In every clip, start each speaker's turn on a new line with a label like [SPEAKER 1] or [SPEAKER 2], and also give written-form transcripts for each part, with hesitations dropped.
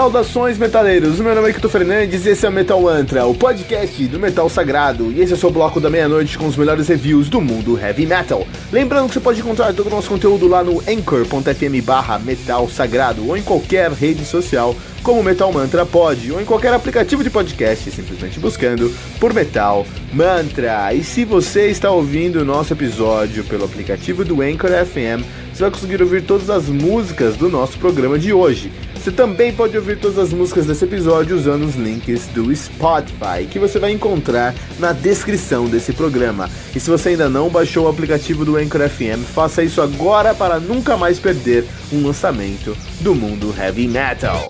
[SPEAKER 1] Saudações, metaleiros! Meu nome é Kito Fernandes e esse é o Metal Mantra, o podcast do Metal Sagrado. E esse é o seu bloco da meia-noite com os melhores reviews do mundo Heavy Metal. Lembrando que você pode encontrar todo o nosso conteúdo lá no anchor.fm/Metal Sagrado ou em qualquer rede social como Metal Mantra pode, ou em qualquer aplicativo de podcast, simplesmente buscando por Metal Mantra. E se você está ouvindo o nosso episódio pelo aplicativo do Anchor FM, você vai conseguir ouvir todas as músicas do nosso programa de hoje. Você também pode ouvir todas as músicas desse episódio usando os links do Spotify, que você vai encontrar na descrição desse programa. E se você ainda não baixou o aplicativo do Anchor FM, faça isso agora para nunca mais perder um lançamento do mundo Heavy Metal.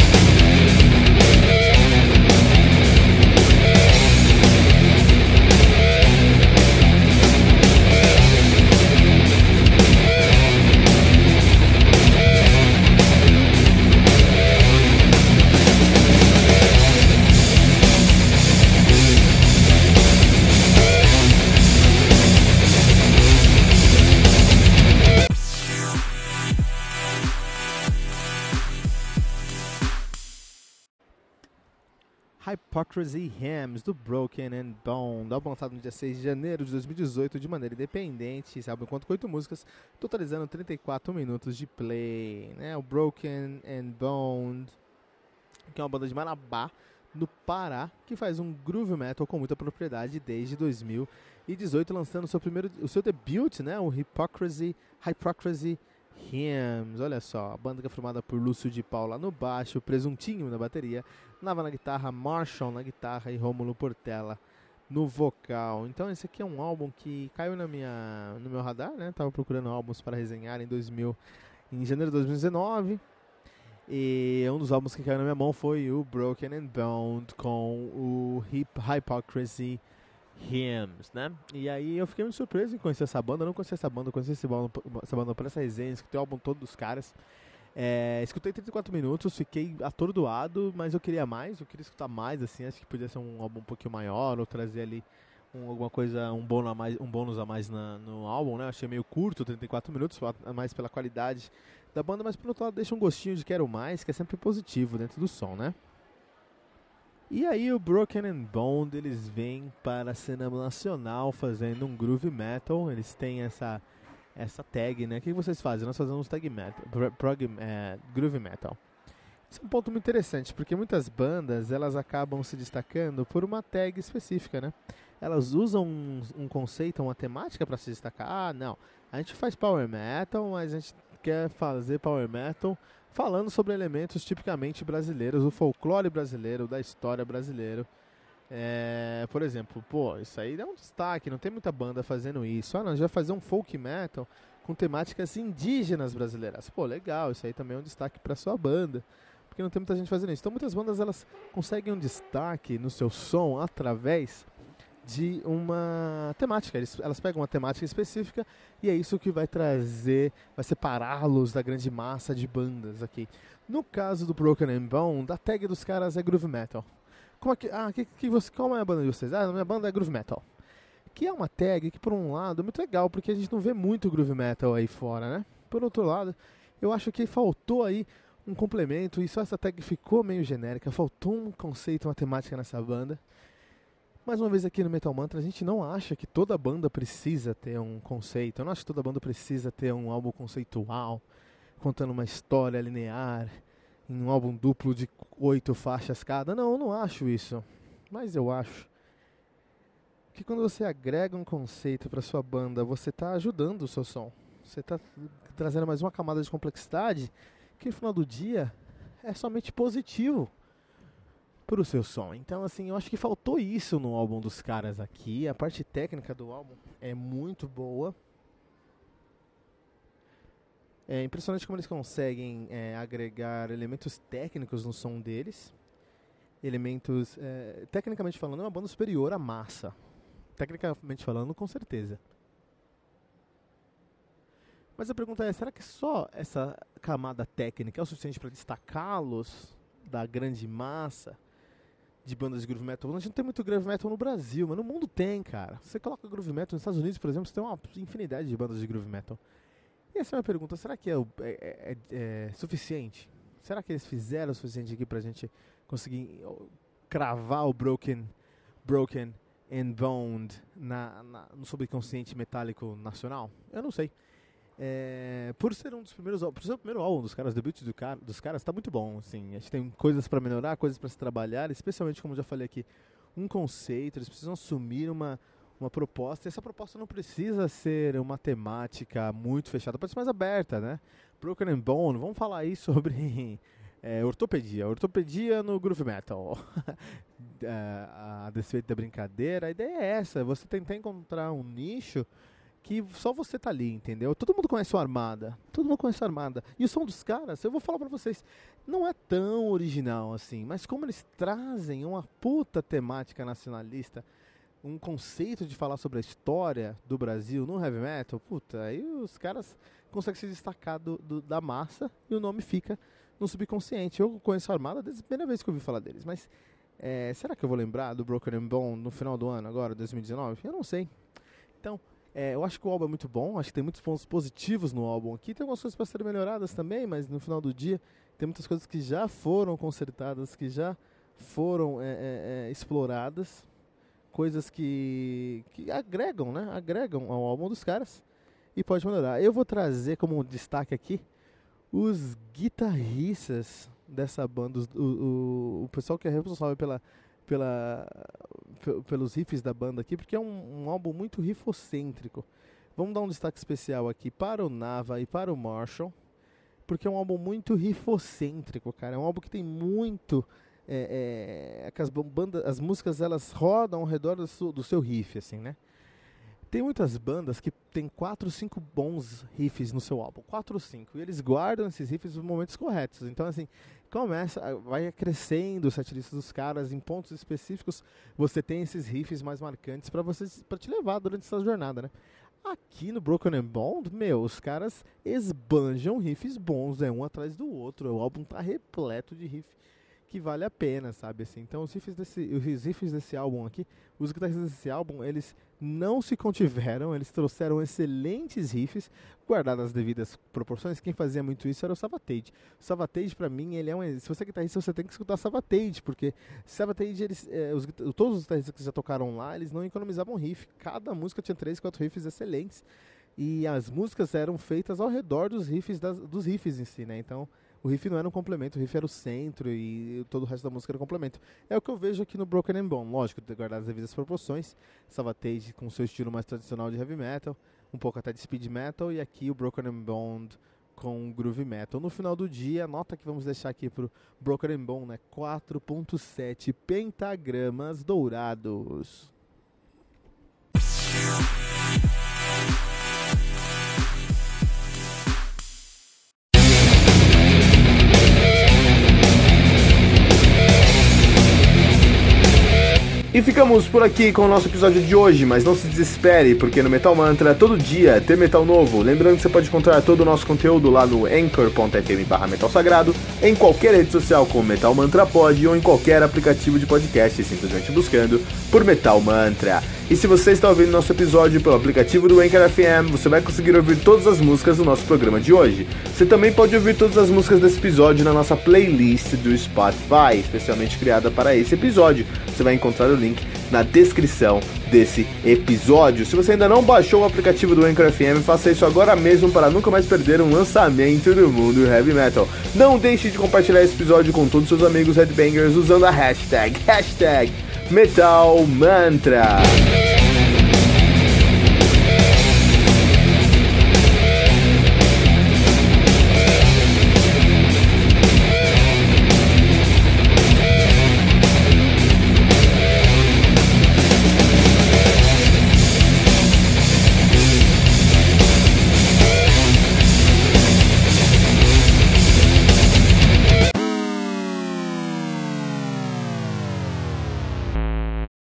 [SPEAKER 2] Hypocrisy Hymns, do Broken and Bound, álbum lançado no dia 6 de janeiro de 2018 de maneira independente. Esse álbum conta com 8 músicas, totalizando 34 minutos de play, né? O Broken and Bound, que é uma banda de Marabá, no Pará, que faz um groove metal com muita propriedade desde 2018, lançando o seu debut, né? O Hypocrisy Hymns. Olha só, a banda que é formada por Lúcio de Paula no baixo, Presuntinho na bateria, Nava na guitarra, Marshall na guitarra e Rômulo Portela no vocal. Então esse aqui é um álbum que caiu no meu radar, né? Tava procurando álbuns para resenhar em janeiro de 2019. E um dos álbuns que caiu na minha mão foi o Broken and Bound com o Hypocrisy Hymns, né? E aí eu fiquei muito surpreso em conhecer essa banda. Eu não conhecia essa banda, eu conheci essa banda por essa resenha, escutei o álbum todo dos caras. Escutei 34 minutos, fiquei atordoado, mas eu queria mais, eu queria escutar mais, assim, acho que podia ser um álbum um pouquinho maior, ou trazer ali alguma coisa, um bônus a mais no álbum, né? Achei meio curto, 34 minutos, mais pela qualidade da banda, mas por outro lado deixa um gostinho de quero mais, que é sempre positivo dentro do som, né? E aí o Broken and Bound, eles vêm para a cena nacional fazendo um groove metal, eles têm essa tag, né? O que vocês fazem? Nós fazemos tag metal, groove metal. Isso é um ponto muito interessante, porque muitas bandas, elas acabam se destacando por uma tag específica, né? Elas usam um conceito, uma temática para se destacar. Ah, não, a gente faz power metal, mas a gente quer fazer power metal falando sobre elementos tipicamente brasileiros, o folclore brasileiro, da história brasileira. Por exemplo, isso aí é um destaque, não tem muita banda fazendo isso. Não, a gente vai fazer um folk metal com temáticas indígenas brasileiras. Legal, isso aí também é um destaque para sua banda, porque não tem muita gente fazendo isso. Então muitas bandas, elas conseguem um destaque no seu som através de uma temática. Elas pegam uma temática específica e é isso que vai separá-los da grande massa de bandas aqui. No caso do Broken and Bound, a tag dos caras é groove metal. Qual é a banda de vocês? A minha banda é groove metal. Que é uma tag que, por um lado, é muito legal, porque a gente não vê muito groove metal aí fora, né? Por outro lado, eu acho que faltou aí um complemento, e só essa tag ficou meio genérica, faltou um conceito, uma temática nessa banda. Mais uma vez aqui no Metal Mantra, a gente não acha que toda banda precisa ter um conceito, eu não acho que toda banda precisa ter um álbum conceitual, contando uma história linear, em um álbum duplo de 8 faixas cada. Não, eu não acho isso. Mas eu acho que quando você agrega um conceito para sua banda, você está ajudando o seu som. Você está trazendo mais uma camada de complexidade que no final do dia é somente positivo para o seu som. Então, assim, eu acho que faltou isso no álbum dos caras aqui. A parte técnica do álbum é muito boa. É impressionante como eles conseguem agregar elementos técnicos no som deles. Elementos, tecnicamente falando, é uma banda superior à massa. Tecnicamente falando, com certeza. Mas a pergunta é, será que só essa camada técnica é o suficiente para destacá-los da grande massa de bandas de groove metal? A gente não tem muito groove metal no Brasil, mas no mundo tem, cara. Você coloca groove metal nos Estados Unidos, por exemplo, você tem uma infinidade de bandas de groove metal. E essa é uma pergunta, será que é suficiente? Será que eles fizeram o suficiente aqui pra gente conseguir cravar o Broken and Boned no subconsciente metálico nacional? Eu não sei. Por ser por ser o primeiro álbum dos caras, o debut dos caras, tá muito bom, assim. A gente tem coisas pra melhorar, coisas pra se trabalhar, especialmente, como eu já falei aqui, um conceito. Eles precisam assumir uma proposta, e essa proposta não precisa ser uma temática muito fechada, pode ser mais aberta, né? Broken and Bone, vamos falar aí sobre ortopedia no groove metal. A despeito da brincadeira, a ideia é essa, você tentar encontrar um nicho que só você tá ali, entendeu? Todo mundo conhece o Armada. E o som dos caras, eu vou falar pra vocês, não é tão original assim, mas como eles trazem uma puta temática nacionalista, um conceito de falar sobre a história do Brasil no heavy metal, puta, aí os caras conseguem se destacar da massa e o nome fica no subconsciente. Eu conheço a Armada desde a primeira vez que eu ouvi falar deles, mas será que eu vou lembrar do Broken and Bone no final do ano agora, 2019? Eu não sei. Então, eu acho que o álbum é muito bom, acho que tem muitos pontos positivos no álbum aqui, tem algumas coisas para serem melhoradas também, mas no final do dia tem muitas coisas que já foram consertadas, que já foram exploradas, coisas que agregam, né? Agregam ao álbum dos caras e pode melhorar. Eu vou trazer como destaque aqui os guitarristas dessa banda, o pessoal que é responsável pelos riffs da banda aqui, porque é um álbum muito riffocêntrico. Vamos dar um destaque especial aqui para o Nava e para o Marshall, porque é um álbum muito riffocêntrico, cara. É um álbum que tem muito... as músicas, elas rodam ao redor do seu riff, assim, né? Tem muitas bandas que tem 4 ou 5 bons riffs no seu álbum, 4 ou 5, e eles guardam esses riffs nos momentos corretos. Então, assim, vai crescendo o setlist dos caras, em pontos específicos você tem esses riffs mais marcantes pra te levar durante essa jornada, né? Aqui no Broken and Bond, os caras esbanjam riffs bons, um atrás do outro. O álbum tá repleto de riff que vale a pena, sabe, assim. Então os riffs desse álbum aqui, os guitarristas desse álbum, eles não se contiveram, eles trouxeram excelentes riffs, guardadas as devidas proporções. Quem fazia muito isso era o Savatage. O Savatage, pra mim, ele se você é guitarrista, você tem que escutar Savatage, porque Savatage, todos os guitarristas que já tocaram lá, eles não economizavam riff. Cada música tinha 3, 4 riffs excelentes, e as músicas eram feitas ao redor dos riffs em si, né? Então, o riff não era um complemento, o riff era o centro e todo o resto da música era um complemento. É o que eu vejo aqui no Broken and Bone. Lógico, guardar as devidas proporções. Savatage com seu estilo mais tradicional de heavy metal, um pouco até de speed metal, e aqui o Broken and Bone com groove metal. No final do dia, a nota que vamos deixar aqui pro Broken and Bone é 4.7 pentagramas dourados.
[SPEAKER 1] E ficamos por aqui com o nosso episódio de hoje, mas não se desespere, porque no Metal Mantra, todo dia, tem metal novo. Lembrando que você pode encontrar todo o nosso conteúdo lá no anchor.fm/metalsagrado, em qualquer rede social como Metal Mantra Pod, ou em qualquer aplicativo de podcast, simplesmente buscando por Metal Mantra. E se você está ouvindo nosso episódio pelo aplicativo do Anchor FM, você vai conseguir ouvir todas as músicas do nosso programa de hoje. Você também pode ouvir todas as músicas desse episódio na nossa playlist do Spotify, especialmente criada para esse episódio. Você vai encontrar o link na descrição desse episódio. Se você ainda não baixou o aplicativo do Anchor FM, faça isso agora mesmo para nunca mais perder um lançamento do mundo heavy metal. Não deixe de compartilhar esse episódio com todos os seus amigos headbangers usando a hashtag Metal Mantra.